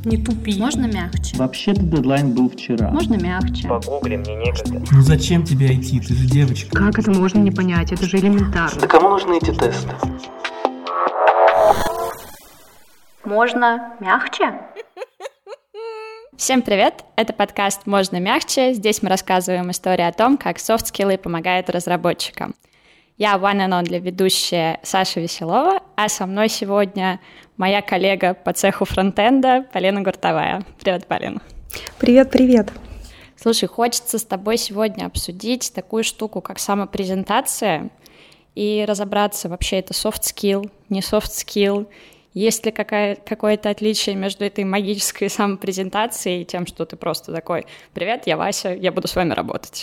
Не тупи. Можно мягче? Вообще-то дедлайн был вчера. Можно мягче? Погугли, мне некогда. Ну зачем тебе IT? Ты же девочка. Как это можно не понять? Это же элементарно. Да кому нужны эти тесты? Можно мягче? Всем привет! Это подкаст «Можно мягче». Здесь мы рассказываем истории о том, как софт-скиллы помогают разработчикам. Я one and only ведущая Саша Веселова, а со мной сегодня моя коллега по цеху фронтенда Полина Гуртовая. Привет, Полина. Привет. Слушай, хочется с тобой сегодня обсудить такую штуку, как самопрезентация, и разобраться, вообще это soft skill, не soft skill. Есть ли какое-то отличие между этой магической самопрезентацией и тем, что ты просто такой: «Привет, я Вася, я буду с вами работать».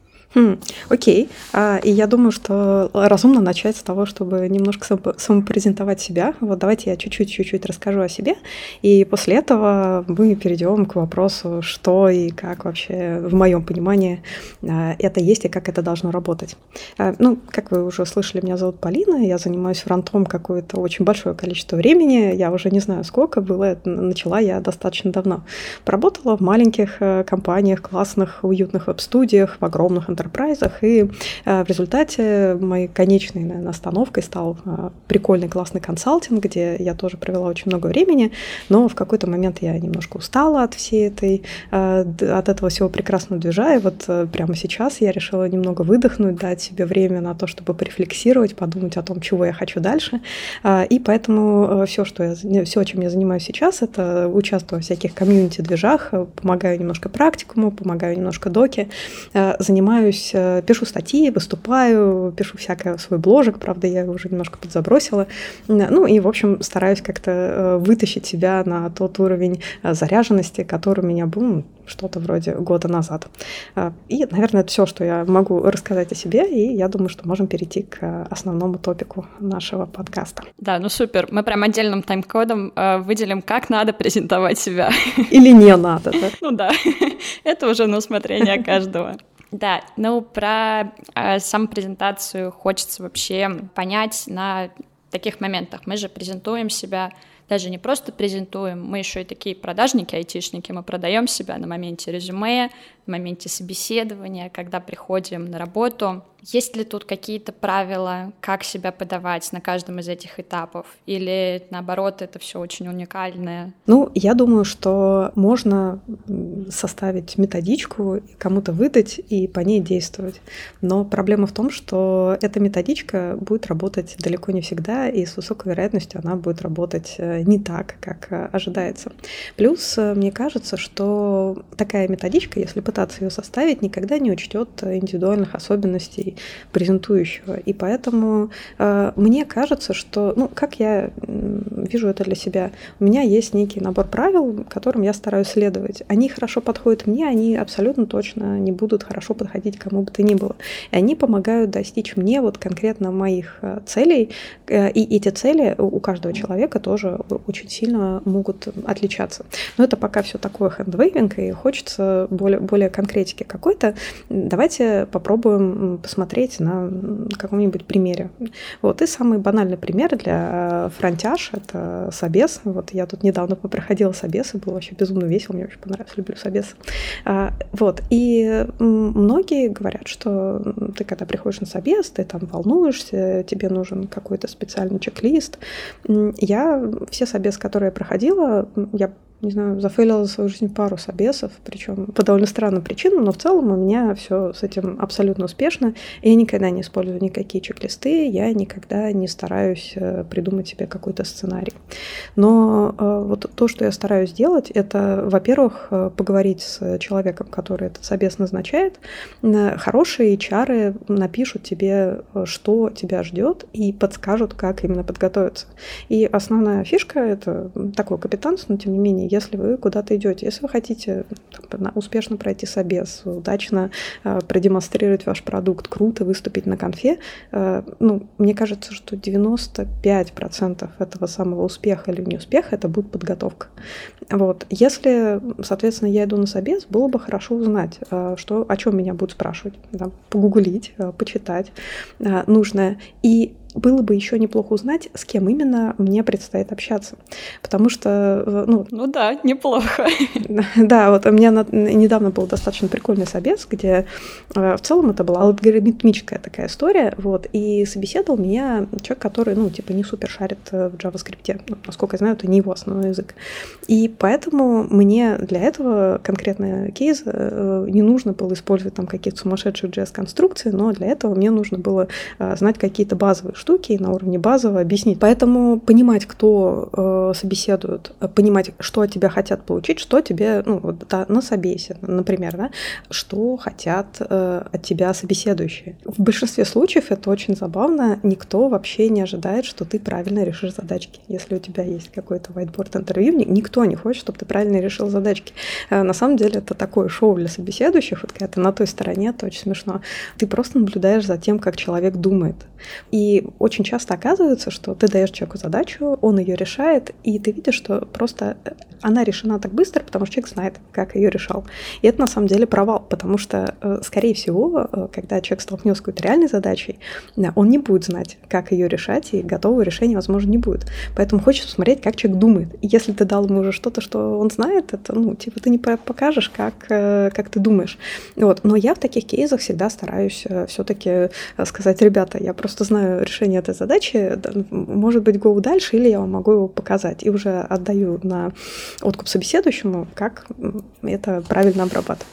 Окей. И я думаю, что разумно начать с того, чтобы немножко самопрезентовать себя. Вот давайте я чуть-чуть расскажу о себе, и после этого мы перейдем к вопросу, что и как вообще, в моем понимании, это есть и как это должно работать. Ну, как вы уже слышали, меня зовут Полина, я занимаюсь фронтом какое-то очень большое количество времени, я уже не знаю сколько было, начала я достаточно давно. Поработала в маленьких компаниях, классных, уютных веб-студиях, в огромных enterprise, и в результате моей конечной, наверное, остановкой стал прикольный, классный консалтинг, где я тоже провела очень много времени, но в какой-то момент я немножко устала от этого всего прекрасного движа, и вот прямо сейчас я решила немного выдохнуть, дать себе время на то, чтобы порефлексировать, подумать о том, чего я хочу дальше, и поэтому все, чем я занимаюсь сейчас, это участвую в всяких комьюнити-движах, помогаю немножко практикуму, помогаю немножко доке, занимаюсь, пишу статьи, выступаю, пишу всякое в свой бложик, правда, я его уже немножко подзабросила. Ну и, в общем, стараюсь как-то вытащить себя на тот уровень заряженности, который у меня был что-то вроде года назад. И, наверное, это все, что я могу рассказать о себе, и я думаю, что можем перейти к основному топику нашего подкаста. Да, ну супер. Мы прям отдельным тайм-кодом выделим, как надо презентовать себя. Или не надо, да? Ну да, это уже на усмотрение каждого. Да, ну про самопрезентацию хочется вообще понять на таких моментах. Мы же презентуем себя, даже не просто презентуем, мы еще и такие продажники, айтишники, мы продаем себя на моменте резюме, на моменте собеседования, когда приходим на работу. Есть ли тут какие-то правила, как себя подавать на каждом из этих этапов? Или, наоборот, это все очень уникальное? Ну, я думаю, что можно составить методичку, кому-то выдать и по ней действовать. Но проблема в том, что эта методичка будет работать далеко не всегда, и с высокой вероятностью она будет работать не так, как ожидается. Плюс, мне кажется, что такая методичка, если пытаться ее составить, никогда не учтет индивидуальных особенностей презентующего. И поэтому мне кажется, что, как я вижу это для себя, у меня есть некий набор правил, которым я стараюсь следовать. Они хорошо подходят мне, они абсолютно точно не будут хорошо подходить кому бы то ни было. И они помогают достичь мне вот конкретно моих целей. И эти цели у каждого человека тоже очень сильно могут отличаться. Но это пока все такое хендвейвинг, и хочется более конкретики какой-то. Давайте попробуем посмотреть на каком-нибудь примере. Вот. И самый банальный пример для фронтяж — это собес. Вот я тут недавно проходила собес, и было вообще безумно весело, мне очень понравилось, люблю собес. Вот. И многие говорят, что ты, когда приходишь на собес, ты там волнуешься, тебе нужен какой-то специальный чек-лист. Я все собесы, которые я проходила, я не знаю, зафейлила в свою жизнь пару собесов, причем по довольно странным причинам, но в целом у меня все с этим абсолютно успешно. Я никогда не использую никакие чек-листы, я никогда не стараюсь придумать себе какой-то сценарий. Но вот то, что я стараюсь делать, это, во-первых, поговорить с человеком, который этот собес назначает. Хорошие HR напишут тебе, что тебя ждет, и подскажут, как именно подготовиться. И основная фишка — это такое капитанство, но тем не менее, если вы куда-то идете, если вы хотите успешно пройти собес, удачно продемонстрировать ваш продукт, круто выступить на конфе, мне кажется, что 95% этого самого успеха или неуспеха — это будет подготовка. Вот. Если, соответственно, я иду на собес, было бы хорошо узнать, о чем меня будут спрашивать, погуглить, почитать нужное. И было бы еще неплохо узнать, с кем именно мне предстоит общаться. Потому что... Ну да, неплохо. Да, вот у меня недавно был достаточно прикольный собес, где в целом это была алгоритмическая такая история, вот, и собеседовал меня человек, который, не супер шарит в JavaScript. Насколько я знаю, это не его основной язык. И поэтому мне для этого конкретно кейса не нужно было использовать там какие-то сумасшедшие JS-конструкции, но для этого мне нужно было знать какие-то базовые штуки и на уровне базового объяснить. Поэтому понимать, кто собеседует, понимать, что от тебя хотят получить, что тебе, на собесе, например, да, что хотят от тебя собеседующие. В большинстве случаев это очень забавно. Никто вообще не ожидает, что ты правильно решишь задачки. Если у тебя есть какой-то whiteboard интервью, никто не хочет, чтобы ты правильно решил задачки. На самом деле это такое шоу для собеседующих. Вот когда ты на той стороне, это очень смешно. Ты просто наблюдаешь за тем, как человек думает. И очень часто оказывается, что ты даешь человеку задачу, он ее решает, и ты видишь, что просто она решена так быстро, потому что человек знает, как ее решал. И это на самом деле провал, потому что, скорее всего, когда человек столкнется с какой-то реальной задачей, он не будет знать, как ее решать, и готового решения, возможно, не будет. Поэтому хочется посмотреть, как человек думает. И если ты дал ему уже что-то, что он знает, это, ты не покажешь, как ты думаешь. Вот. Но я в таких кейсах всегда стараюсь все-таки сказать: ребята, я просто знаю решение этой задачи, может быть, go дальше, или я вам могу его показать. И уже отдаю на откуп собеседующему, как это правильно обрабатывать.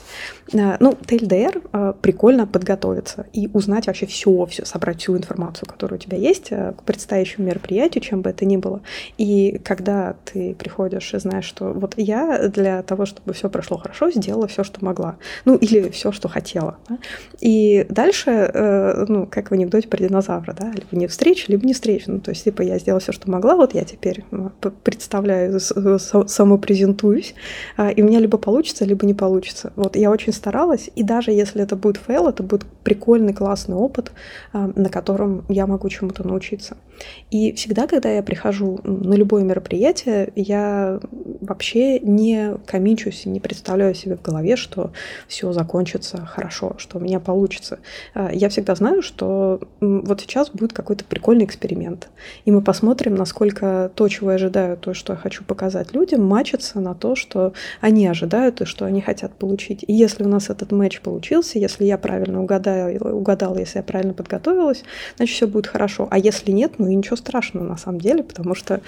ТЛДР прикольно подготовиться и узнать вообще все, собрать всю информацию, которая у тебя есть к предстоящему мероприятию, чем бы это ни было. И когда ты приходишь и знаешь, что вот я для того, чтобы все прошло хорошо, сделала все, что могла. Или все, что хотела. Да? И дальше, как в анекдоте про динозавра, да, либо не встречу, либо не встречу. То есть, я сделала все, что могла, вот я теперь представляю, самопрезентуюсь, и у меня либо получится, либо не получится. Вот я очень старалась, и даже если это будет фейл, это будет прикольный, классный опыт, на котором я могу чему-то научиться. И всегда, когда я прихожу на любое мероприятие, я вообще не комичусь и не представляю себе в голове, что все закончится хорошо, что у меня получится. Я всегда знаю, что вот сейчас будет какой-то прикольный эксперимент, и мы посмотрим, насколько то, чего я ожидаю, то, что я хочу показать людям, матчится на то, что они ожидают и что они хотят получить. И если у нас этот матч получился, если я правильно угадала, если я правильно подготовилась, значит, все будет хорошо. А если нет, и ничего страшного на самом деле, потому что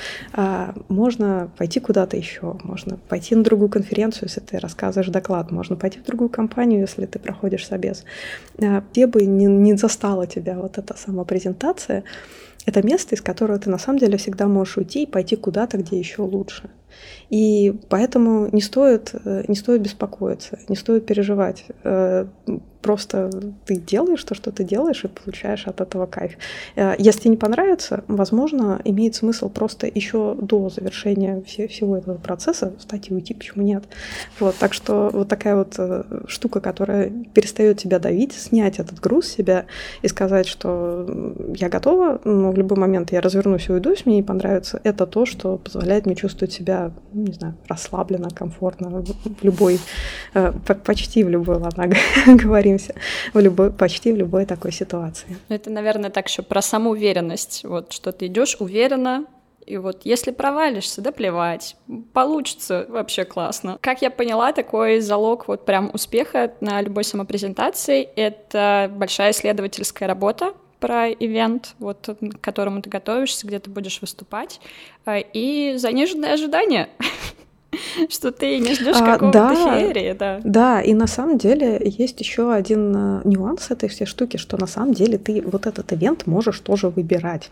можно пойти куда-то еще, можно пойти на другую конференцию, если ты рассказываешь доклад, можно пойти в другую компанию, если ты проходишь собес. Где бы не застала тебя вот эта самопрезентация, это место, из которого ты на самом деле всегда можешь уйти и пойти куда-то, где еще лучше. И поэтому не стоит беспокоиться, не стоит переживать. Просто ты делаешь то, что ты делаешь, и получаешь от этого кайф. Если тебе не понравится, возможно, имеет смысл просто еще до завершения всего этого процесса встать и уйти, почему нет. Вот, так что вот такая вот штука, которая перестает тебя давить, снять этот груз с себя и сказать, что я готова, но в любой момент я развернусь и уйду, если мне не понравится, это то, что позволяет мне чувствовать себя, расслабленно, комфортно в любой, почти в любой, ладно, говорим, почти в любой такой ситуации. Это, наверное, так еще про самоуверенность. Вот что ты идешь уверенно, и вот если провалишься, да плевать, получится вообще классно. Как я поняла, такой залог вот прям успеха на любой самопрезентации — это большая исследовательская работа про ивент, вот, к которому ты готовишься, где ты будешь выступать, и заниженные ожидания. Что ты не ждешь какого-то феерии, да. Да, и на самом деле есть еще один нюанс этой всей штуки, что на самом деле ты вот этот ивент можешь тоже выбирать.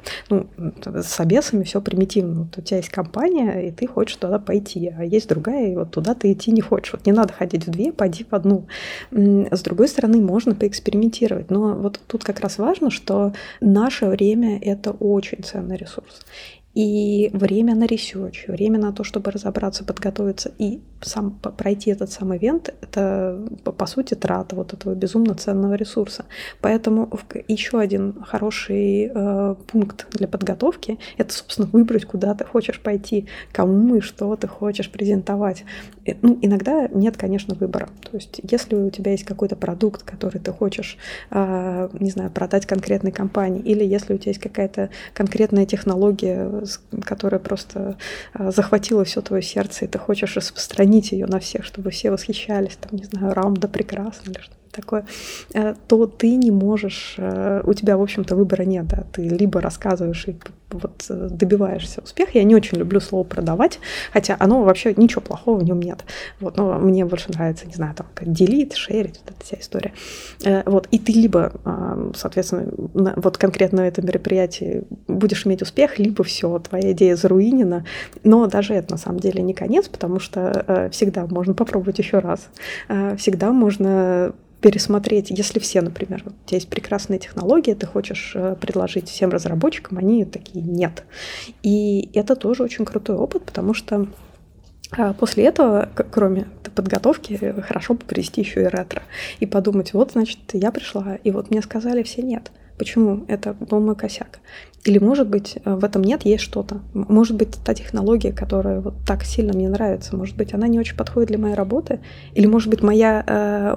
С собесами все примитивно. Вот у тебя есть компания, и ты хочешь туда пойти, а есть другая, и вот туда ты идти не хочешь. Вот не надо ходить в две, пойди в одну. С другой стороны, можно поэкспериментировать. Но вот тут как раз важно, что наше время — это очень ценный ресурс. И время на ресерч, время на то, чтобы разобраться, подготовиться и сам пройти этот сам ивент, это, по сути, трата вот этого безумно ценного ресурса. Поэтому еще один хороший пункт для подготовки — это, собственно, выбрать, куда ты хочешь пойти, кому и что ты хочешь презентовать. Ну, иногда нет, конечно, выбора. То есть, если у тебя есть какой-то продукт, который ты хочешь, не знаю, продать конкретной компании, или если у тебя есть какая-то конкретная технология, которая просто захватила все твое сердце, и ты хочешь распространить ее на всех, чтобы все восхищались, там, не знаю, Рамда прекрасно или что-то такое, то ты не можешь, у тебя, в общем-то, выбора нет, да, ты либо рассказываешь и вот добиваешься успеха. Я не очень люблю слово «продавать», хотя оно вообще ничего плохого в нем нет. Вот, но мне больше нравится, не знаю, там, как делить, шерить, вот эта вся история. Вот, и ты либо, соответственно, вот конкретно на этом мероприятии будешь иметь успех, либо все, твоя идея заруинена. Но даже это на самом деле не конец, потому что всегда можно попробовать еще раз. Всегда можно пересмотреть, если все, например, у тебя есть прекрасные технологии, ты хочешь предложить всем разработчикам, они такие «нет». И это тоже очень крутой опыт, потому что после этого, кроме подготовки, хорошо бы провести еще и ретро. И подумать, вот, значит, я пришла, и вот мне сказали все «нет». Почему? Это был мой косяк. Или, может быть, в этом нет, есть что-то. Может быть, та технология, которая вот так сильно мне нравится, может быть, она не очень подходит для моей работы. Или, может быть, я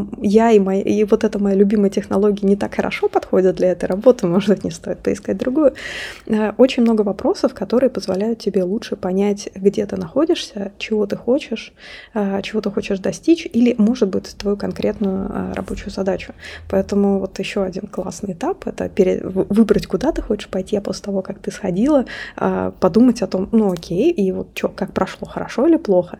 и вот эта моя любимая технология не так хорошо подходят для этой работы, может быть, не стоит поискать другую. Очень много вопросов, которые позволяют тебе лучше понять, где ты находишься, чего ты хочешь достичь, или, может быть, твою конкретную рабочую задачу. Поэтому вот еще один классный этап — это выбрать, куда ты хочешь пойти, а после того, как ты сходила, подумать о том, ну окей, и вот что, как прошло, хорошо или плохо.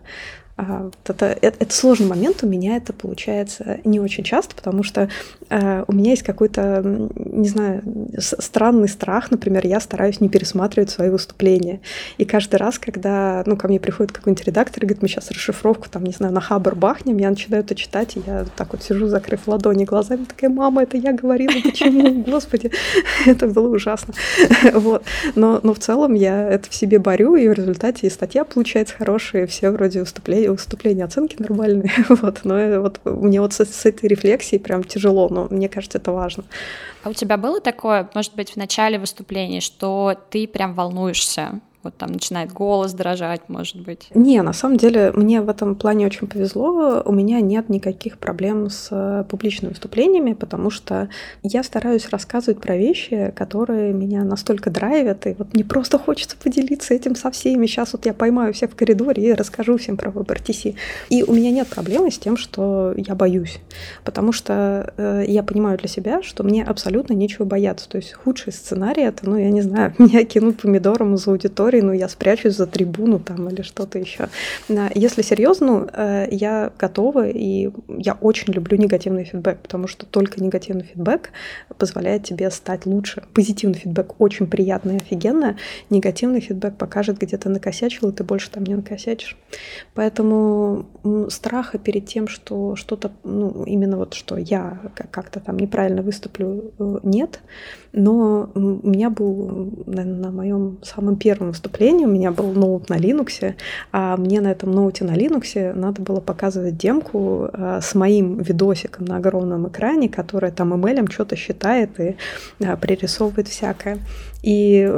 Это сложный момент, у меня это получается не очень часто, потому что у меня есть какой-то, не знаю, странный страх, например, я стараюсь не пересматривать свои выступления. И каждый раз, когда ко мне приходит какой-нибудь редактор и говорит, мы сейчас расшифровку, там, не знаю, на Хабр бахнем, я начинаю это читать, и я так вот сижу, закрыв ладони глазами, такая: мама, это я говорила, почему? Господи, это было ужасно. Вот. Но в целом я это в себе борю, и в результате и статья получается хорошая, и все вроде выступления, оценки нормальные. Вот. Но вот мне вот с этой рефлексией прям тяжело, но мне кажется, это важно. А у тебя было такое, может быть, в начале выступления, что ты прям волнуешься? Вот там начинает голос дрожать, может быть. Не, на самом деле мне в этом плане очень повезло. У меня нет никаких проблем с публичными выступлениями, потому что я стараюсь рассказывать про вещи, которые меня настолько драйвят, и вот мне просто хочется поделиться этим со всеми. Сейчас вот я поймаю всех в коридоре и расскажу всем про WebRTC. И у меня нет проблемы с тем, что я боюсь, потому что я понимаю для себя, что мне абсолютно нечего бояться. То есть худший сценарий — это, я не знаю, меня кинут помидором из аудитории, я спрячусь за трибуну там или что-то еще. Если серьезно, я готова, и я очень люблю негативный фидбэк, потому что только негативный фидбэк позволяет тебе стать лучше. Позитивный фидбэк очень приятный и офигенно, негативный фидбэк покажет, где ты накосячил, и ты больше там не накосячишь. Поэтому страха перед тем, что что-то, именно вот что я как-то там неправильно выступлю, нет. Но у меня был, наверное, на моем самом первом выступлении у меня был ноут на Linux, а мне на этом ноуте на Linux надо было показывать демку с моим видосиком на огромном экране, которая там ML что-то считает и пририсовывает всякое. И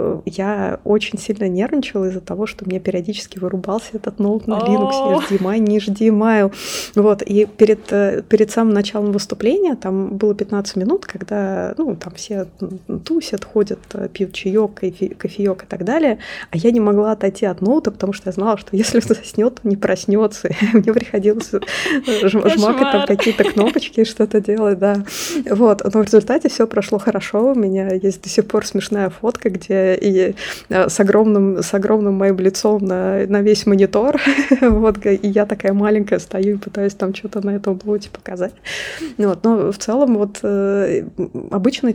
я очень сильно нервничала из-за того, что мне периодически вырубался этот ноут на Linux, HDMI, не HDMI. Вот. И перед самым началом выступления, там было 15 минут, когда там все тусят, ходят, пьют чаек, кофеек и так далее, а я не могла отойти от ноута, потому что я знала, что если он заснет, он не проснется. Мне приходилось жмакать там какие-то кнопочки и что-то делать, да. Вот. Но в результате все прошло хорошо. У меня есть до сих пор смешная фотка, где и с огромным моим лицом на весь монитор, вот, и я такая маленькая стою и пытаюсь там что-то на этом ноуте показать. Вот. Но в целом вот обычно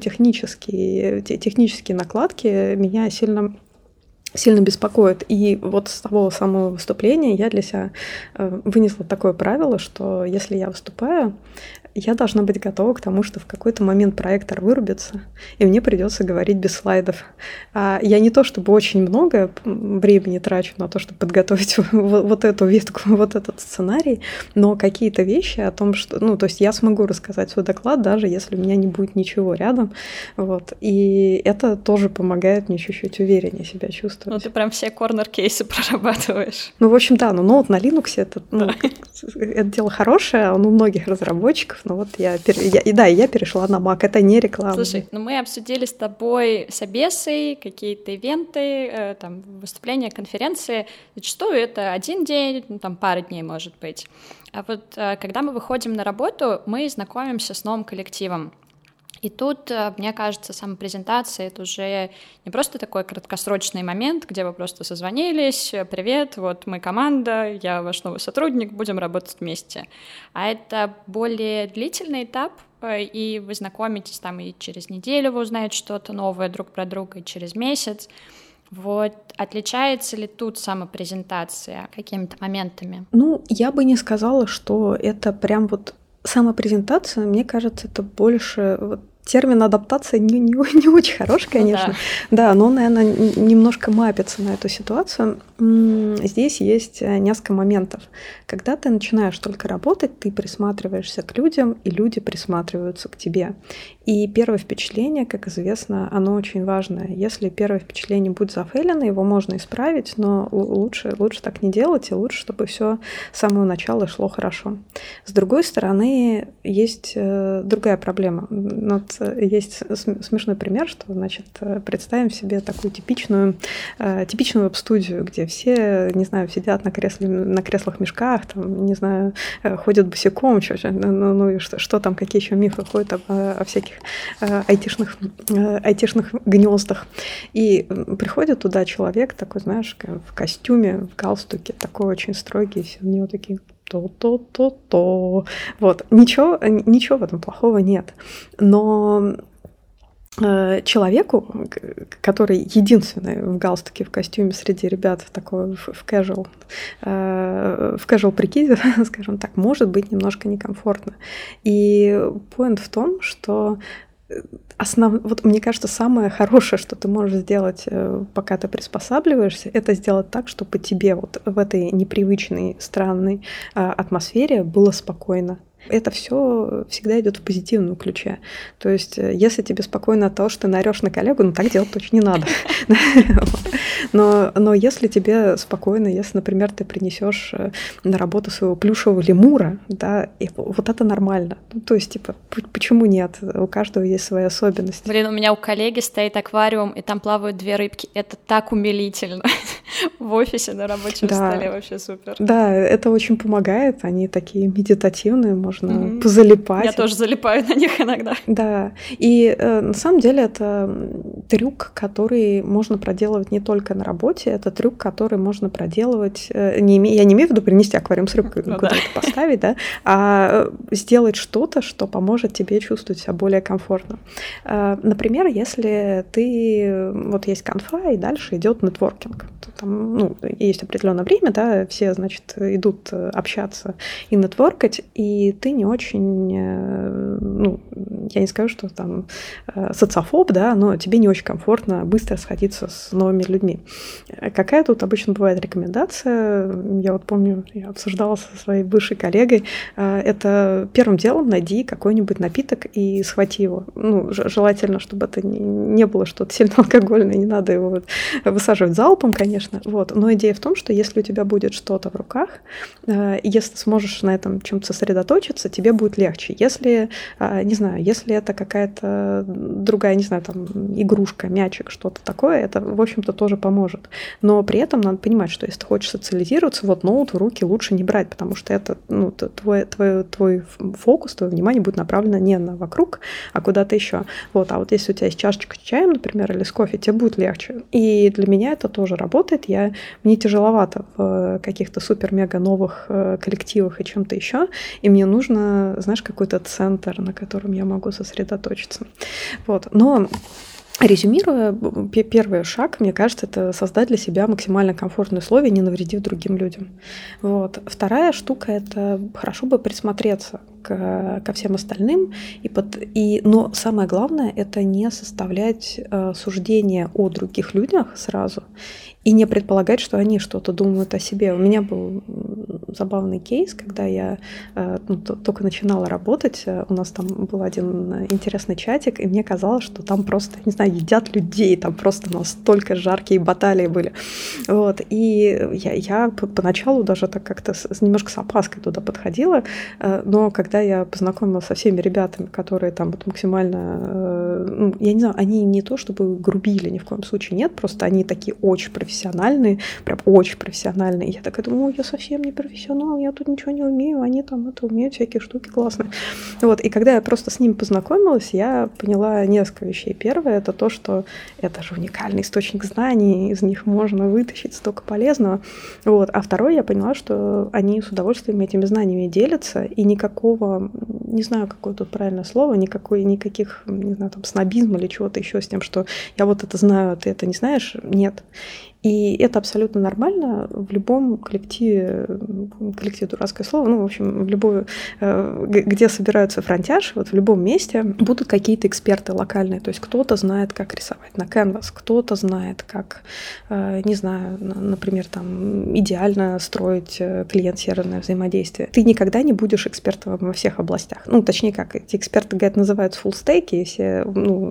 технические накладки меня сильно беспокоит. И вот с того самого выступления я для себя вынесла такое правило, что если я выступаю, я должна быть готова к тому, что в какой-то момент проектор вырубится, и мне придется говорить без слайдов. Я не то чтобы очень много времени трачу на то, чтобы подготовить вот эту ветку, вот этот сценарий, но какие-то вещи о том, что... Ну, то есть я смогу рассказать свой доклад, даже если у меня не будет ничего рядом. Вот. И это тоже помогает мне чуть-чуть увереннее себя чувствовать. Ну, ты прям все корнер-кейсы прорабатываешь. Ну, в общем, да, но ноут на Linux это дело хорошее, он у многих разработчиков, но вот я перешла на Mac, это не реклама. Слушай, ну мы обсудили с тобой собесы, какие-то ивенты, там, выступления, конференции. Зачастую это один день, ну, там, пара дней, может быть. А вот когда мы выходим на работу, мы знакомимся с новым коллективом. И тут, мне кажется, самопрезентация — это уже не просто такой краткосрочный момент, где вы просто созвонились: «Привет, вот мы команда, я ваш новый сотрудник, будем работать вместе». А это более длительный этап, и вы знакомитесь там, и через неделю вы узнаете что-то новое друг про друга, и через месяц. Вот отличается ли тут самопрезентация какими-то моментами? Ну, я бы не сказала, что это прям вот самопрезентация. Мне кажется, это больше... Вот термин адаптация не очень хороший, конечно. Да, но он, наверное, немножко мапится на эту ситуацию. Здесь есть несколько моментов. Когда ты начинаешь только работать, ты присматриваешься к людям, и люди присматриваются к тебе. И первое впечатление, как известно, оно очень важное. Если первое впечатление будет зафейлено, его можно исправить, но лучше так не делать, и лучше, чтобы все с самого начала шло хорошо. С другой стороны, есть другая проблема. Вот есть смешной пример, что, значит, представим себе такую типичную веб-студию, где все, не знаю, сидят на креслах-мешках, там, не знаю, ходят босиком, и что там, какие еще мифы ходят о всяких айтишных гнездах. И приходит туда человек такой, знаешь, в костюме, в галстуке, такой очень строгий, все у него такие... То-то-то-то. Вот. Ничего в этом плохого нет. Но человеку, который единственный в галстуке, в костюме среди ребят такой в casual прикиде, скажем так, может быть немножко некомфортно. И point в том, что вот мне кажется, самое хорошее, что ты можешь сделать, пока ты приспосабливаешься, это сделать так, чтобы тебе вот в этой непривычной, странной атмосфере было спокойно. Это все всегда идет в позитивном ключе. То есть, если тебе спокойно от того, что ты наорёшь на коллегу, так делать точно не надо. Но если тебе спокойно, если, например, ты принесешь на работу своего плюшевого лемура, да, и вот это нормально. Ну, то есть, типа, почему нет? У каждого есть свои особенности. Блин, у меня у коллеги стоит аквариум, и там плавают 2 рыбки. Это так умилительно. В офисе на рабочем столе вообще супер. Да, это очень помогает. Они такие медитативные, можно позалипать. Я тоже залипаю на них иногда. Да, и на самом деле это трюк, который можно проделывать не только на работе, это трюк, который можно проделывать, я не имею в виду принести аквариум с рыбкой, куда-то поставить, да, а сделать что-то, что поможет тебе чувствовать себя более комфортно. Например, если вот есть конфа, и дальше идет нетворкинг, то там, есть определенное время, да, все, значит, идут общаться и нетворкать, и ты не очень, я не скажу, что там социофоб, да, но тебе не очень комфортно быстро сходиться с новыми людьми. Какая тут обычно бывает рекомендация? Я вот помню, я обсуждала со своей бывшей коллегой, это первым делом найди какой-нибудь напиток и схвати его. Желательно, чтобы это не было что-то сильно алкогольное, не надо его высаживать залпом, конечно, вот. Но идея в том, что если у тебя будет что-то в руках, если ты сможешь на этом чем-то сосредоточиться, тебе будет легче. Если, не знаю, если это какая-то другая, не знаю, там, игрушка, мячик, что-то такое, это, в общем-то, тоже поможет. Но при этом надо понимать, что если ты хочешь социализироваться, вот ноут в руки лучше не брать, потому что это, твой фокус, твое внимание будет направлено не на вокруг, а куда-то еще. Вот, а вот если у тебя есть чашечка с чаем, например, или с кофе, тебе будет легче. И для меня это тоже работает. Мне тяжеловато в каких-то супер-мега новых коллективах и чем-то еще, и мне нужно, знаешь, какой-то центр, на котором я могу сосредоточиться. Вот. Но Резюмируя, первый шаг, мне кажется, это создать для себя максимально комфортные условия, не навредив другим людям. Вот. Вторая штука — это хорошо бы присмотреться ко всем остальным. Но самое главное — это не составлять суждения о других людях сразу и не предполагать, что они что-то думают о себе. У меня был забавный кейс, когда я только начинала работать. У нас там был один интересный чатик, и мне казалось, что там просто, не знаю, едят людей, там просто настолько жаркие баталии были. Вот. И я поначалу даже так как-то немножко с опаской туда подходила, но когда я познакомилась со всеми ребятами, которые там вот максимально, я не знаю, они не то чтобы грубили, ни в коем случае нет, просто они такие очень профессиональные, прям очень профессиональные. И я такая думаю, я совсем не профессионал, я тут ничего не умею, они там это умеют, всякие штуки классные. Вот. И когда я просто с ними познакомилась, я поняла несколько вещей. Первое — это то, что это же уникальный источник знаний, из них можно вытащить столько полезного. Вот. А второе, я поняла, что они с удовольствием этими знаниями делятся, и никакого, не знаю, какое тут правильное слово, никаких, не знаю, там, снобизма или чего-то еще с тем, что я вот это знаю, а ты это не знаешь, нет. И это абсолютно нормально в любом коллектив дурацкое слово, в общем, в любой, где собираются фронтяж, вот в любом месте будут какие-то эксперты локальные, то есть кто-то знает, как рисовать на Canvas, кто-то знает, как, не знаю, например, там идеально строить клиент-серверное взаимодействие. Ты никогда не будешь экспертом во всех областях. Точнее как, эти эксперты, говорят, называют фуллстеки, и все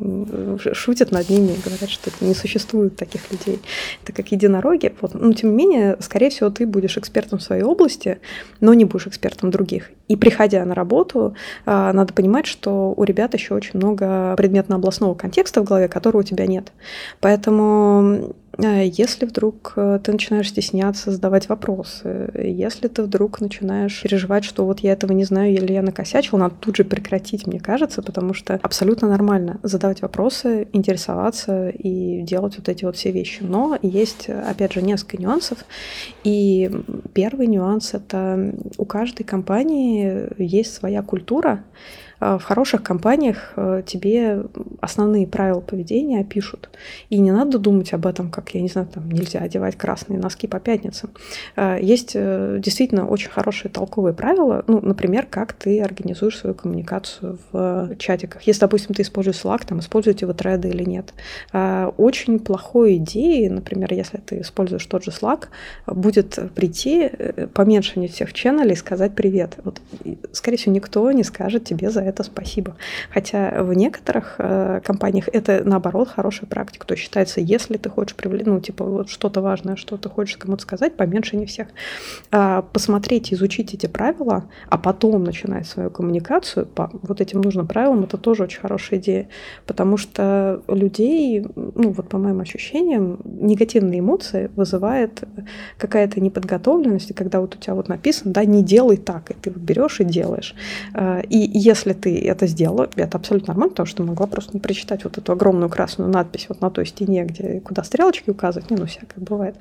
шутят над ними и говорят, что это не существует таких людей. Это как единороги. Вот. Но, тем не менее, скорее всего, ты будешь экспертом в своей области, но не будешь экспертом других. И приходя на работу, надо понимать, что у ребят еще очень много предметно-областного контекста в голове, которого у тебя нет. Поэтому если вдруг ты начинаешь стесняться задавать вопросы, если ты вдруг начинаешь переживать, что вот я этого не знаю или я накосячил, надо тут же прекратить, мне кажется, потому что абсолютно нормально задавать вопросы, интересоваться и делать вот эти вот все вещи. Но есть, опять же, несколько нюансов. И первый нюанс — это у каждой компании есть своя культура. В хороших компаниях тебе основные правила поведения опишут. И не надо думать об этом, как, я не знаю, там нельзя одевать красные носки по пятницам. Есть действительно очень хорошие толковые правила, например, как ты организуешь свою коммуникацию в чатиках. Если, допустим, ты используешь Slack, там, используете вы треды или нет. Очень плохой идеей, например, если ты используешь тот же Slack, будет прийти, поменьшить всех ченнелей и сказать привет. Вот, скорее всего, никто не скажет тебе за это спасибо. Хотя в некоторых компаниях это, наоборот, хорошая практика. То есть считается, если ты хочешь вот что-то важное, что ты хочешь кому-то сказать, поменьше не всех. Посмотреть, изучить эти правила, а потом начинать свою коммуникацию по вот этим нужным правилам, это тоже очень хорошая идея. Потому что людей, вот по моим ощущениям, негативные эмоции вызывает какая-то неподготовленность, и когда вот у тебя вот написано, да, не делай так, и ты вот берешь и делаешь. И если ты это сделала, это абсолютно нормально, потому что могла просто не прочитать вот эту огромную красную надпись вот на той стене, куда стрелочки указывать, всякое бывает.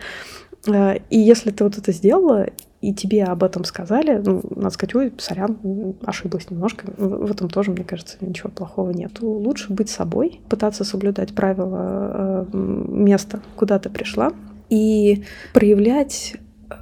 И если ты вот это сделала, и тебе об этом сказали, надо сказать, ой, сорян, ошиблась немножко. В этом тоже, мне кажется, ничего плохого нет. Лучше быть собой, пытаться соблюдать правила места, куда ты пришла, и проявлять...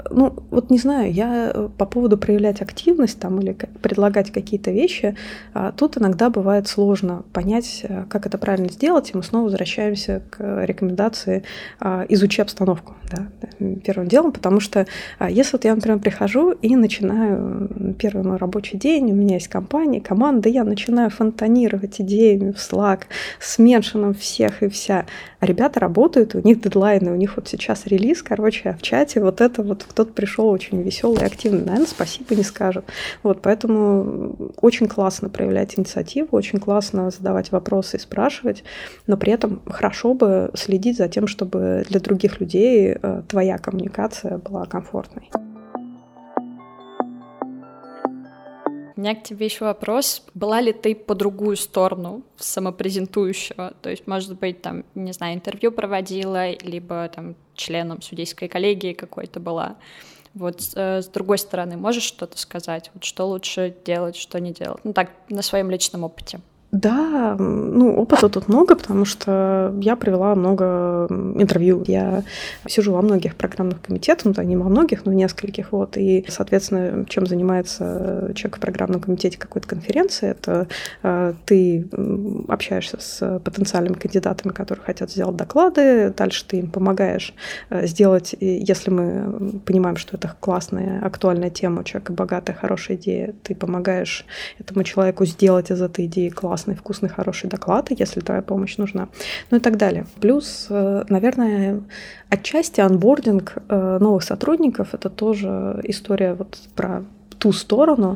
не знаю, я по поводу проявлять активность там или предлагать какие-то вещи, тут иногда бывает сложно понять, как это правильно сделать, и мы снова возвращаемся к рекомендации «изучи обстановку», да, первым делом, потому что если вот я, например, прихожу и начинаю первый мой рабочий день, у меня есть команда, я начинаю фонтанировать идеями в Slack с меншином всех и вся, а ребята работают, у них дедлайны, у них вот сейчас релиз, а в чате вот это вот кто-то пришел очень веселый и активный, наверное, спасибо не скажут. Вот, поэтому очень классно проявлять инициативу, очень классно задавать вопросы и спрашивать, но при этом хорошо бы следить за тем, чтобы для других людей твоя коммуникация была комфортной. У меня к тебе еще вопрос. Была ли ты по другую сторону самопрезентующего? То есть, может быть, там, не знаю, интервью проводила, либо там членом судейской коллегии какой-то была. Вот с другой стороны, можешь что-то сказать? Вот что лучше делать, что не делать? Так, на своем личном опыте. Да, опыта тут много, потому что я провела много интервью. Я сижу во многих программных комитетах, не во многих, но в нескольких. И, соответственно, чем занимается человек в программном комитете какой-то конференции, это ты общаешься с потенциальными кандидатами, которые хотят сделать доклады, дальше ты им помогаешь сделать, если мы понимаем, что это классная, актуальная тема, у человека богатая, хорошая идея, ты помогаешь этому человеку сделать из этой идеи классный, вкусный, хороший доклад, если твоя помощь нужна, и так далее. Плюс, наверное, отчасти онбординг новых сотрудников — это тоже история про ту сторону.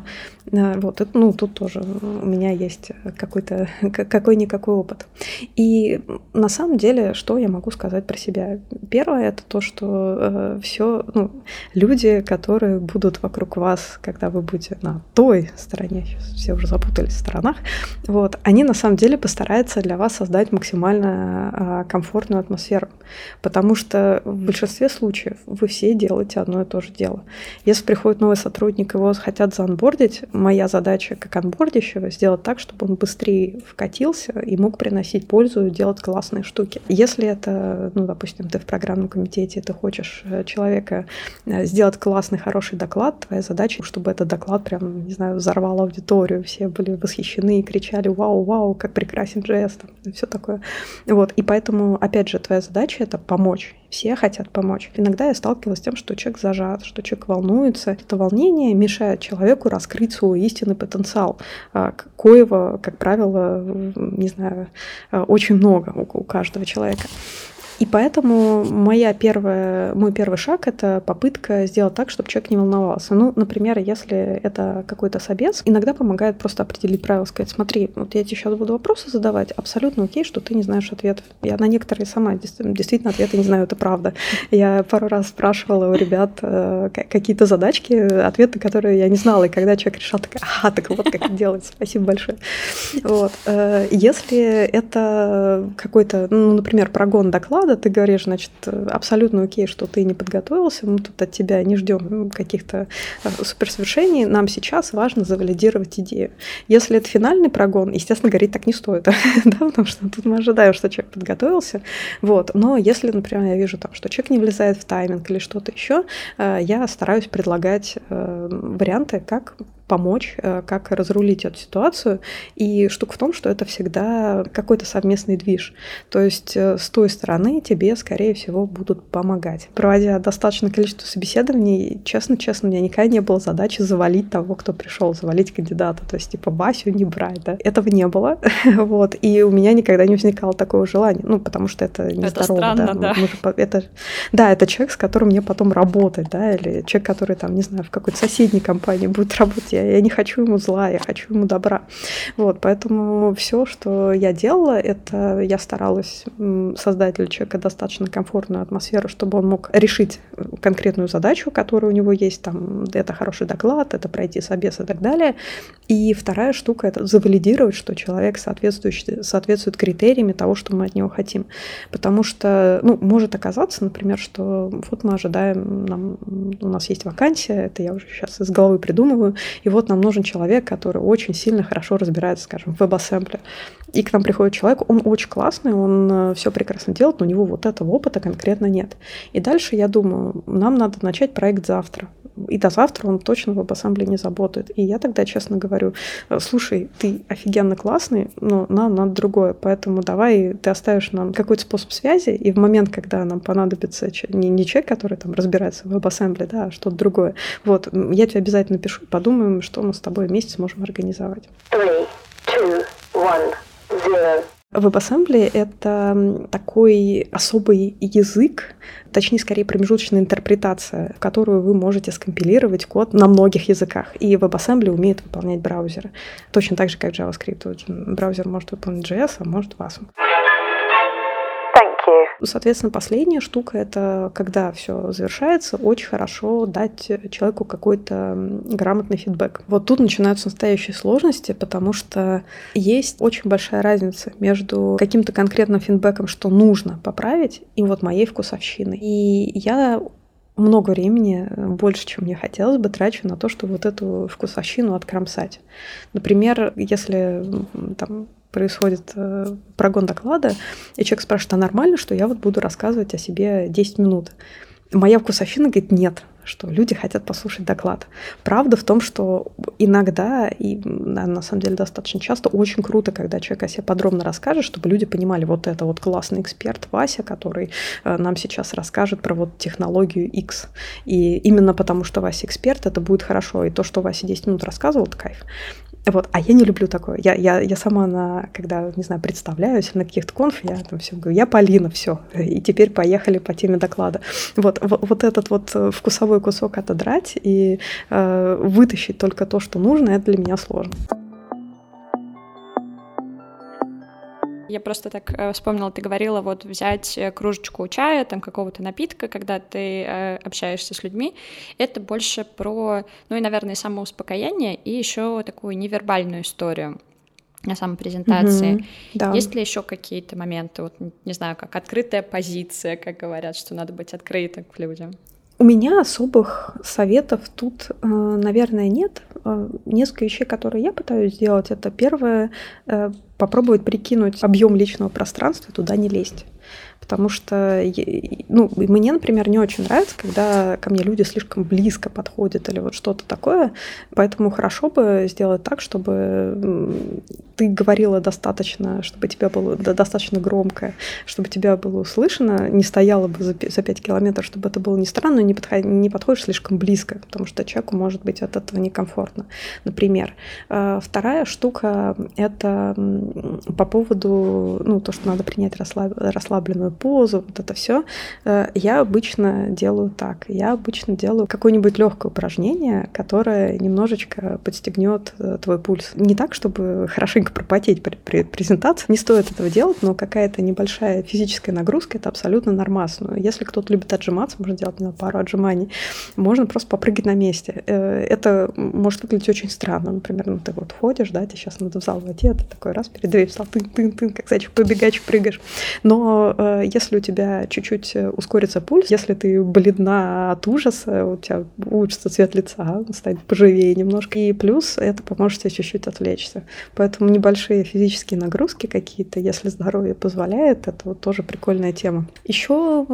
Тут тоже у меня есть какой-никакой опыт. И на самом деле, что я могу сказать про себя? Первое — это то, что люди, которые будут вокруг вас, когда вы будете на той стороне, все уже запутались в сторонах, они на самом деле постараются для вас создать максимально комфортную атмосферу. Потому что в большинстве случаев вы все делаете одно и то же дело. Если приходит новый сотрудник, его хотят заонбордить, моя задача как онбордящего сделать так, чтобы он быстрее вкатился и мог приносить пользу и делать классные штуки. Если это, допустим, ты в программном комитете, ты хочешь человека сделать классный, хороший доклад, твоя задача, чтобы этот доклад прям, взорвал аудиторию, все были восхищены и кричали «Вау, как прекрасен JS», и все такое. И поэтому, опять же, твоя задача — это помочь. Все хотят помочь. Иногда я сталкивалась с тем, что человек зажат, что человек волнуется. Это волнение мешает человеку раскрыть свой истинный потенциал, коего, как правило, очень много у каждого человека. И поэтому мой первый шаг — это попытка сделать так, чтобы человек не волновался. Например, если это какой-то собес, иногда помогает просто определить правила, сказать: смотри, я тебе сейчас буду вопросы задавать, абсолютно окей, что ты не знаешь ответов. Я на некоторые сама действительно ответы не знаю, это правда. Я пару раз спрашивала у ребят какие-то задачки, ответы, которые я не знала, и когда человек решал, так вот как это делается, спасибо большое. Если это какой-то, например, прогон доклада, ты говоришь, значит, абсолютно окей, что ты не подготовился, мы тут от тебя не ждем каких-то суперсовершений, нам сейчас важно завалидировать идею. Если это финальный прогон, естественно, говорить так не стоит, потому что тут мы ожидаем, что человек подготовился. Но если, например, я вижу, что человек не влезает в тайминг или что-то еще, я стараюсь предлагать варианты, как помочь, как разрулить эту ситуацию. И штука в том, что это всегда какой-то совместный движ. То есть с той стороны тебе, скорее всего, будут помогать. Проводя достаточное количество собеседований, честно, у меня никогда не было задачи завалить того, кто пришел, завалить кандидата. То есть, Васю не брать. Да? Этого не было. И у меня никогда не возникало такого желания. Потому что это нездорово. Это странно, да. Это человек, с которым мне потом работать, да, или человек, который, в какой-то соседней компании будет работать. Я не хочу ему зла, я хочу ему добра. Поэтому все, что я делала, это я старалась создать для человека достаточно комфортную атмосферу, чтобы он мог решить конкретную задачу, которая у него есть, это хороший доклад, это пройти собес и так далее. И вторая штука — это завалидировать, что человек соответствует критериями того, что мы от него хотим. Потому что, может оказаться, например, что мы ожидаем, у нас есть вакансия, это я уже сейчас из головы придумываю, и нам нужен человек, который очень сильно хорошо разбирается, скажем, в WebAssembly. И к нам приходит человек, он очень классный, он все прекрасно делает, но у него этого опыта конкретно нет. И дальше я думаю, нам надо начать проект завтра. И до завтра он точно в WebAssembly не заработает. И я тогда честно говорю: слушай, ты офигенно классный, но нам надо другое, поэтому давай ты оставишь нам какой-то способ связи, и в момент, когда нам понадобится не человек, который разбирается в WebAssembly, да, а что-то другое, я тебе обязательно напишу, подумаем, что мы с тобой вместе сможем организовать. 3, 2, 1, 0. WebAssembly — это такой особый язык, точнее, скорее, промежуточная интерпретация, которую вы можете скомпилировать код на многих языках. И WebAssembly умеет выполнять браузеры. Точно так же, как JavaScript. Браузер может выполнить JS, а может WASM. Соответственно, последняя штука — это когда все завершается, очень хорошо дать человеку какой-то грамотный фидбэк. Тут начинаются настоящие сложности, потому что есть очень большая разница между каким-то конкретным фидбэком, что нужно поправить, и моей вкусовщиной. И я много времени, больше, чем мне хотелось бы, трачу на то, чтобы эту вкусовщину откромсать. Например, если происходит прогон доклада, и человек спрашивает, а нормально, что я вот буду рассказывать о себе 10 минут? Моя вкусовщина говорит, нет, что люди хотят послушать доклад. Правда в том, что иногда, и на самом деле достаточно часто, очень круто, когда человек о себе подробно расскажет, чтобы люди понимали, вот это вот классный эксперт Вася, который нам сейчас расскажет про вот технологию X. И именно потому, что Вася эксперт, это будет хорошо. И то, что Вася 10 минут рассказывал, это кайф. Вот, а я не люблю такое. Я сама, когда, не знаю, представляюсь на каких-то я там все говорю, я Полина, все, и теперь поехали по теме доклада. Вот этот вот вкусовой кусок отодрать и вытащить только то, что нужно, это для меня сложно. Я просто так вспомнила, ты говорила, вот взять кружечку чая, там какого-то напитка, когда ты общаешься с людьми, это больше про, ну и, наверное, самоуспокоение и еще такую невербальную историю на самопрезентации. Да. Есть ли еще какие-то моменты, вот не знаю, как открытая позиция, как говорят, что надо быть открытым к людям? У меня особых советов тут, наверное, нет. Несколько вещей, которые я пытаюсь сделать, это первое, попробовать прикинуть объем личного пространства, туда не лезть. Потому что, мне, например, не очень нравится, когда ко мне люди слишком близко подходят или вот что-то такое. Поэтому хорошо бы сделать так, чтобы ты говорила достаточно, чтобы тебя было достаточно громко, чтобы тебя было услышано, не стояла бы за 5 километров, чтобы это было не странно, не подходишь слишком близко, потому что человеку может быть от этого некомфортно, например. Вторая штука — это по поводу, то, что надо принять расслабленную позу, вот это все. Я обычно делаю так. Я обычно делаю какое-нибудь легкое упражнение, которое немножечко подстегнет твой пульс. Не так, чтобы хорошенько пропотеть при презентации. Не стоит этого делать, но какая-то небольшая физическая нагрузка — это абсолютно нормально. Если кто-то любит отжиматься, можно делать пару отжиманий. Можно просто попрыгать на месте. Это может выглядеть очень странно. Например, ты вот ходишь, да, тебе сейчас надо в зал войти, ты такой раз перед дверью встал, тын-тын-тын, как зайчик-побегайчик прыгаешь. Но если у тебя чуть-чуть ускорится пульс, если ты бледна от ужаса, у тебя улучшится цвет лица, станет поживее немножко. И плюс это поможет тебе чуть-чуть отвлечься. Поэтому небольшие физические нагрузки какие-то, если здоровье позволяет, это вот тоже прикольная тема. Еще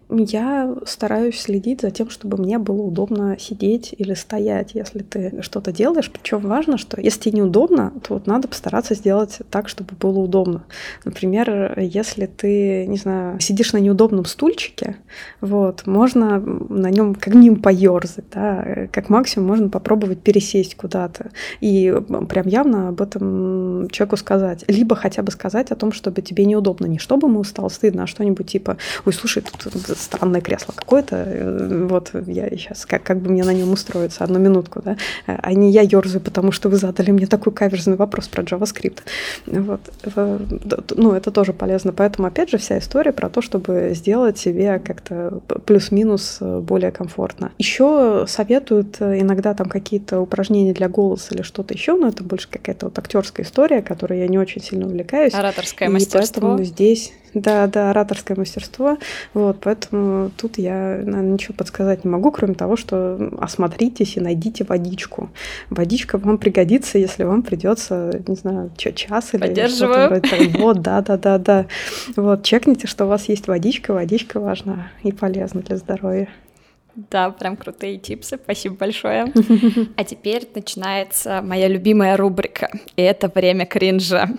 я стараюсь следить за тем, чтобы мне было удобно сидеть или стоять, если ты что-то делаешь. Причем важно, что если тебе неудобно, то вот надо постараться сделать так, чтобы было удобно. Например, если ты, не знаю, сидишь на неудобном стульчике, вот, можно на нем как минимум поёрзать, да, как максимум можно попробовать пересесть куда-то и прям явно об этом человеку сказать. Либо хотя бы сказать о том, чтобы тебе неудобно, не чтобы ему стало стыдно, а что-нибудь типа, ой, слушай, тут странное кресло какое-то, вот я сейчас, как бы мне на нем устроиться, одну минутку, да, а не я ёрзаю, потому что вы задали мне такой каверзный вопрос про JavaScript. Вот. Это тоже полезно. Поэтому, опять же, вся история про то, чтобы сделать себе как-то плюс-минус более комфортно. Еще советуют иногда там какие-то упражнения для голоса или что-то еще, но это больше какая-то вот актерская история, которой я не очень сильно увлекаюсь. Ораторское мастерство. Поэтому здесь, да, ораторское мастерство. Вот, поэтому тут я, наверное, ничего подсказать не могу, кроме того, что осмотритесь и найдите водичку. Водичка вам пригодится, если вам придется, не знаю, час или поддерживаю. Что-то вроде того. Вот, да. Вот, чекните, что у вас есть водичка. Водичка важна и полезна для здоровья. Да, прям крутые типсы, спасибо большое. А теперь начинается моя любимая рубрика, и это время кринжа.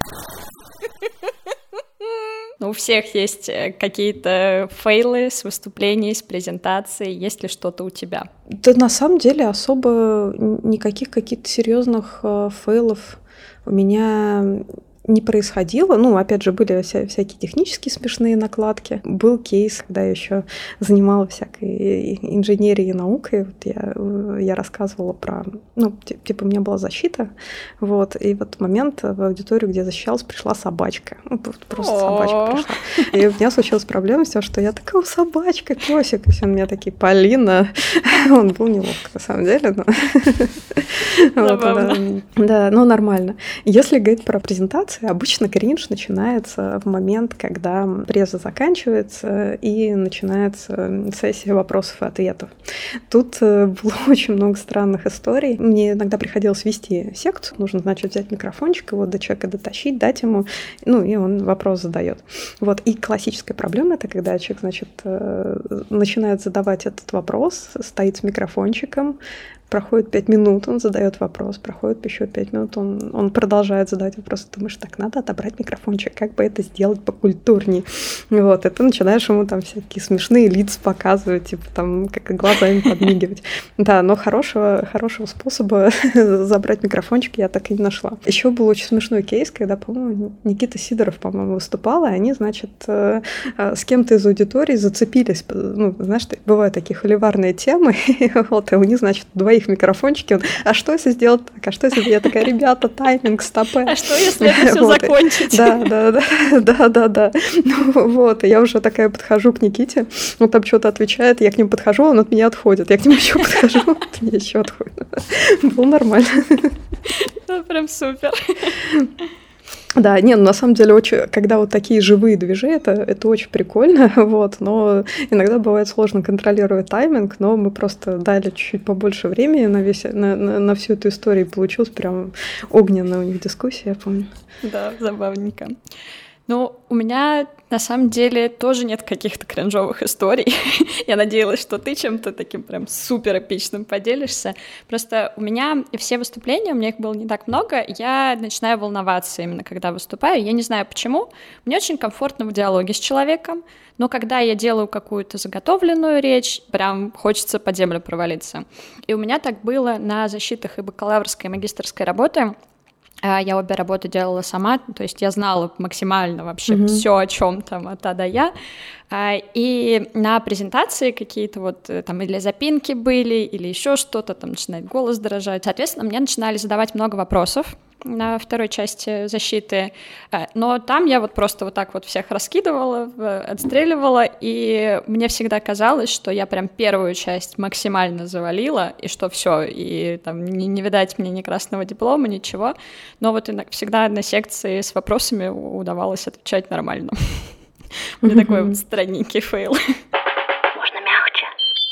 У всех есть какие-то фейлы с выступлений, с презентацией. Есть ли что-то у тебя? Да, на самом деле особо никаких каких-то серьезных фейлов у меня не происходило. Опять же, были всякие технические смешные накладки. Был кейс, когда я еще занималась всякой инженерией и наукой. Вот я рассказывала про... у меня была защита. Вот, и в этот момент в аудиторию, где я защищалась, пришла собачка. Просто собачка пришла. И у меня случилась проблема с тем, что я такая, собачка, песик. И все на меня такие, Полина. Он был неловко, на самом деле. Да, нормально. Если говорить про презентации, презентации обычно кринж начинается в момент, когда преза заканчивается и начинается сессия вопросов и ответов. Тут было очень много странных историй. Мне иногда приходилось вести секцию. Нужно, значит, взять микрофончик, его до человека дотащить, дать ему, ну, и он вопрос задает. Вот. И классическая проблема — это когда человек, значит, начинает задавать этот вопрос, стоит с микрофончиком, проходит 5 минут, он задает вопрос, проходит еще 5 минут, он продолжает задавать вопрос. Ты думаешь, так, надо отобрать микрофончик, как бы это сделать покультурнее. Вот, и ты начинаешь ему там всякие смешные лица показывать, типа там, как глазами подмигивать. Да, но хорошего способа забрать микрофончик я так и не нашла. Еще был очень смешной кейс, когда, по-моему, Никита Сидоров, по-моему, выступал, и они, значит, с кем-то из аудитории зацепились. Ну, знаешь, бывают такие холиварные темы, вот, и у них, значит, двоих микрофончики. А что если сделать так? А что если я такая, ребята, тайминг, стопэ? А что если это все закончить? Да. Ну, вот, и я уже такая подхожу к Никите, он там что-то отвечает, я к нему подхожу, он от меня отходит. Я к нему еще подхожу, он от меня еще отходит. Было нормально. Ну, прям супер. Да, нет, на самом деле, когда вот такие живые движи, это очень прикольно, вот, но иногда бывает сложно контролировать тайминг, но мы просто дали чуть-чуть побольше времени на всю эту историю, и получилась прям огненная у них дискуссия, я помню. Да, забавненько. Ну, у меня на самом деле тоже нет каких-то кринжовых историй. Я надеялась, что ты чем-то таким прям супер эпичным поделишься. Просто у меня все выступления, у меня их было не так много, я начинаю волноваться именно когда выступаю. Я не знаю почему. Мне очень комфортно в диалоге с человеком, но когда я делаю какую-то заготовленную речь, прям хочется под землю провалиться. И у меня так было на защитах и бакалаврской, и магистерской работы. Я обе работы делала сама, то есть я знала максимально вообще все, о чем там от А до Я. И на презентации какие-то вот там или запинки были, или еще что-то, там начинает голос дрожать. Соответственно, мне начинали задавать много вопросов на второй части защиты, но там я вот просто вот так вот всех раскидывала, отстреливала, и мне всегда казалось, что я прям первую часть максимально завалила, и что все, и там не видать мне ни красного диплома, ничего, но вот всегда на секции с вопросами удавалось отвечать нормально. У меня такой вот странненький фейл. Можно мягче.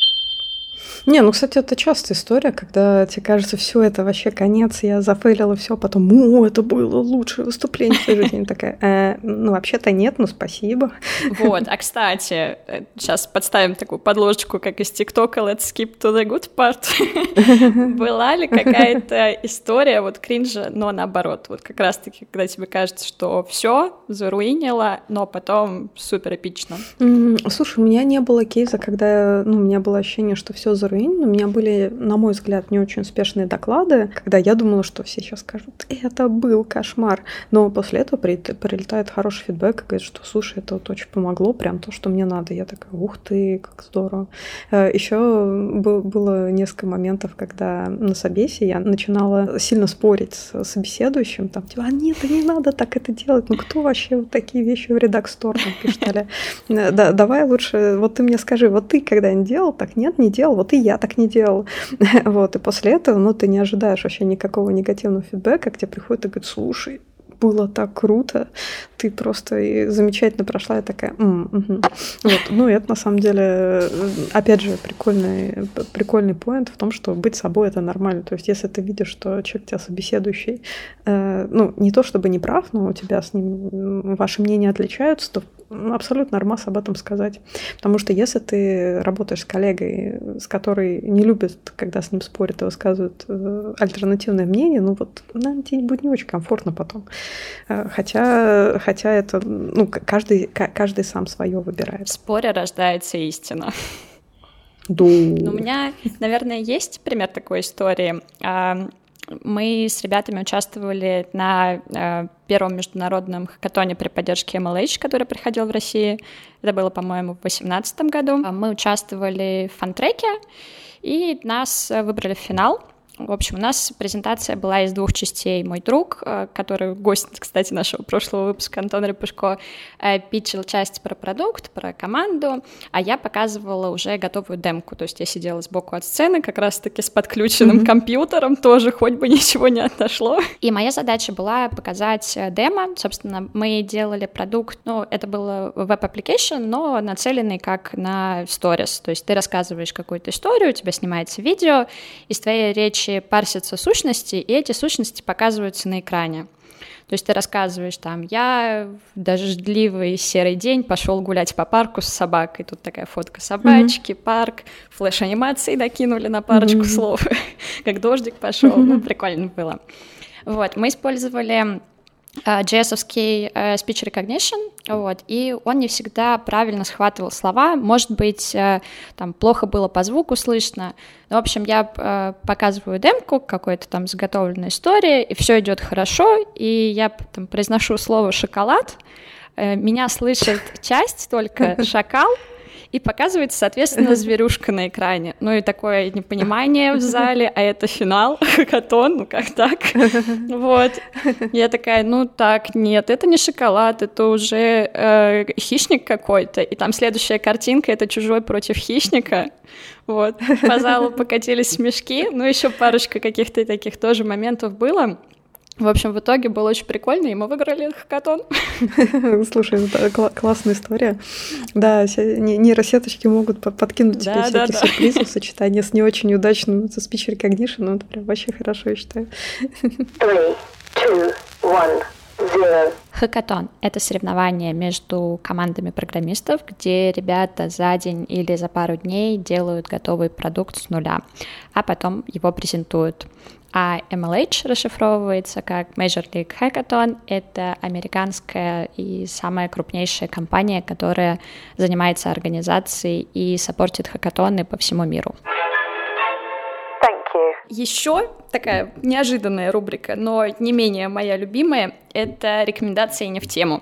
Не, ну, кстати, это частая история, когда тебе кажется, все это вообще конец, я зафейлила все, потом, это было лучшее выступление в своей жизни. Такая, ну, вообще-то нет, ну, спасибо. Вот, а кстати, сейчас подставим такую подложечку, как из ТикТока «Let's skip to the good part». Была ли какая-то история вот кринжа, но наоборот, вот как раз-таки, когда тебе кажется, что все заруинило, но потом супер эпично? Слушай, у меня не было кейса, когда, у меня было ощущение, что все заруинило. У меня были, на мой взгляд, не очень успешные доклады, когда я думала, что все сейчас скажут, это был кошмар. Но после этого прилетает хороший фидбэк и говорит, что, слушай, это вот очень помогло, прям то, что мне надо. Я такая, ух ты, как здорово. Еще было несколько моментов, когда на собесе я начинала сильно спорить с собеседующим, там, типа, нет, не надо так это делать, ну кто вообще вот такие вещи в редакстор пишет? Давай лучше, вот ты мне скажи, вот ты когда-нибудь делал так? Нет, не делал, вот и я так не делала. Вот, и после этого, ты не ожидаешь вообще никакого негативного фидбэка, к тебе приходит и говорит, слушай, было так круто, ты просто и замечательно прошла, я такая, Вот, это на самом деле, опять же, прикольный поинт в том, что быть собой — это нормально. То есть, если ты видишь, что человек тебя собеседующий, не то чтобы не прав, но у тебя с ним ваши мнения отличаются, то абсолютно нормас об этом сказать. Потому что если ты работаешь с коллегой, с которой не любят, когда с ним спорят и высказывают альтернативное мнение, наверное, тебе будет не очень комфортно потом. Хотя это, каждый сам свое выбирает. В споре рождается истина. Да. У меня, наверное, есть пример такой истории. Мы с ребятами участвовали на первом международном хакатоне при поддержке MLH, который проходил в России. Это было, по-моему, в 2018 году. Мы участвовали в фан-треке, и нас выбрали в финал. В общем, у нас презентация была из 2 частей. Мой друг, который гость, кстати, нашего прошлого выпуска, Антон Рябушко, питчил часть про продукт, про команду, а я показывала уже готовую демку. То есть я сидела сбоку от сцены, как раз-таки с подключенным компьютером, тоже хоть бы ничего не отошло. И моя задача была показать демо. Собственно, мы делали продукт, это было веб-аппликейшн, но нацеленный как на сторис. То есть ты рассказываешь какую-то историю, у тебя снимается видео, из твоей речи парсятся сущности, и эти сущности показываются на экране. То есть ты рассказываешь там: я в дождливый серый день пошел гулять по парку с собакой. Тут такая фотка собачки, парк, флеш-анимации накинули на парочку слов, как дождик пошел. Прикольно было. Вот, мы использовали JS-овский speech recognition, и он не всегда правильно схватывал слова, может быть, там плохо было по звуку слышно. В общем, я показываю демку, какой-то там заготовленной истории, и все идет хорошо, и я там произношу слово «шоколад», меня слышит часть только «шакал», и показывается, соответственно, зверюшка на экране. И такое непонимание в зале, а это финал, хакатон, как так? Вот. Я такая: нет, это не шоколад, это уже хищник какой-то. И там следующая картинка — это чужой против хищника. Вот. По залу покатились смешки, еще парочка каких-то таких тоже моментов было. В общем, в итоге было очень прикольно, и мы выиграли хакатон. Слушай, это классная история. Да, нейросеточки могут подкинуть тебе всякие сюрпризы в сочетании с не очень удачным speech recognition. Это прям вообще хорошо, я считаю. 3, 2, 1, 0. Хакатон — это соревнование между командами программистов, где ребята за день или за пару дней делают готовый продукт с нуля, а потом его презентуют. А MLH расшифровывается как Major League Hackathon. Это американская и самая крупнейшая компания, которая занимается организацией и саппортит хакатоны по всему миру. Еще такая неожиданная рубрика, но не менее моя любимая, это рекомендации не в тему.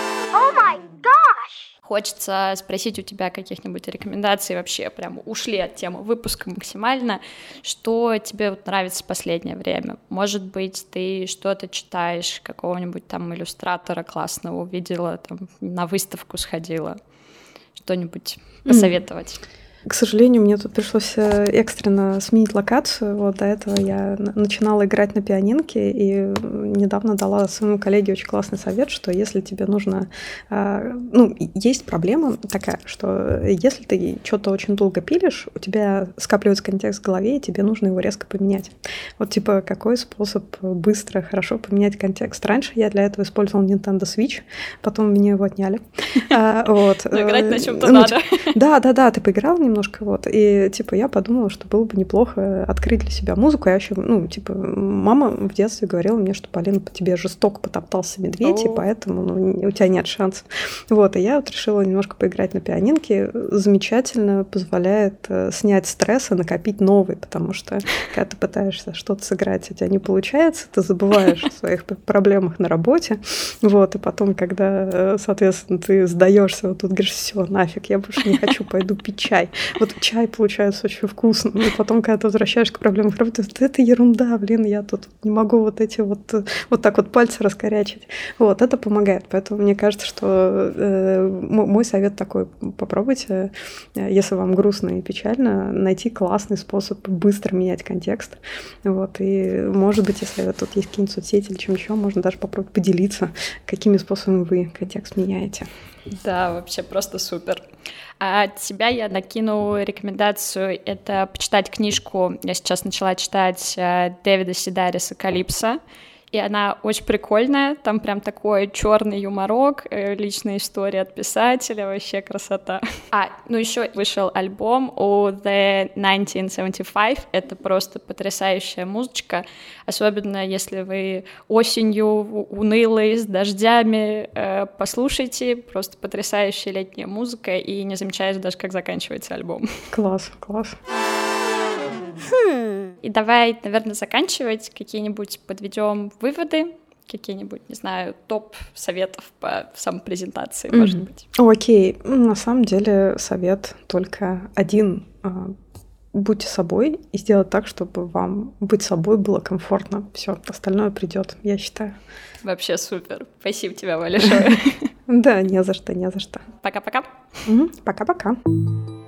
Хочется спросить у тебя каких-нибудь рекомендаций, вообще прям ушли от темы выпуска максимально. Что тебе нравится в последнее время? Может быть, ты что-то читаешь, какого-нибудь там иллюстратора классного увидела, там на выставку сходила? Что-нибудь посоветовать? К сожалению, мне тут пришлось экстренно сменить локацию. Вот до этого я начинала играть на пианинке и недавно дала своему коллеге очень классный совет, что если тебе нужно... есть проблема такая, что если ты что-то очень долго пилишь, у тебя скапливается контекст в голове, и тебе нужно его резко поменять. Вот какой способ быстро, хорошо поменять контекст? Раньше я для этого использовала Nintendo Switch, потом меня его отняли. Играть на чем-то надо. Да, ты поиграл немножко, и, я подумала, что было бы неплохо открыть для себя музыку. Я еще, мама в детстве говорила мне, что, Полина, по тебе жестоко потоптался медведь, и поэтому, у тебя нет шансов. И я решила немножко поиграть на пианинке. Замечательно позволяет снять стресс и накопить новый, потому что, когда ты пытаешься что-то сыграть, у тебя не получается, ты забываешь о своих проблемах на работе, и потом, когда, соответственно, ты сдаешься, тут говоришь: все, нафиг, я больше не хочу, пойду пить чай. Чай получается очень вкусным. И потом, когда ты возвращаешься к проблемам работы, это ерунда, я тут не могу эти так пальцы раскорячить. Это помогает. Поэтому мне кажется, что мой совет такой: попробуйте, если вам грустно и печально, найти классный способ быстро менять контекст. И, может быть, если тут есть какие-нибудь соцсети или чем еще, можно даже попробовать поделиться, какими способами вы контекст меняете. Да, вообще просто супер. А от себя я накину рекомендацию — это почитать книжку. Я сейчас начала читать Дэвида Седариса «Калипсо», и она очень прикольная. Там прям такой черный юморок, личная история от писателя, вообще красота. Еще вышел альбом у The 1975. Это просто потрясающая музычка, особенно если вы осенью унылые, с дождями, послушайте. Просто потрясающая летняя музыка, и не замечаете даже, как заканчивается альбом. Класс. И давай, наверное, заканчивать. Какие-нибудь подведем выводы, какие-нибудь, не знаю, топ советов по самопрезентации, может быть. Окей. На самом деле совет только один. будьте собой и сделать так, чтобы вам быть собой было комфортно. Все, остальное придет, я считаю. Вообще супер. Спасибо тебе большое. Да, не за что, не за что. Пока-пока. Пока-пока.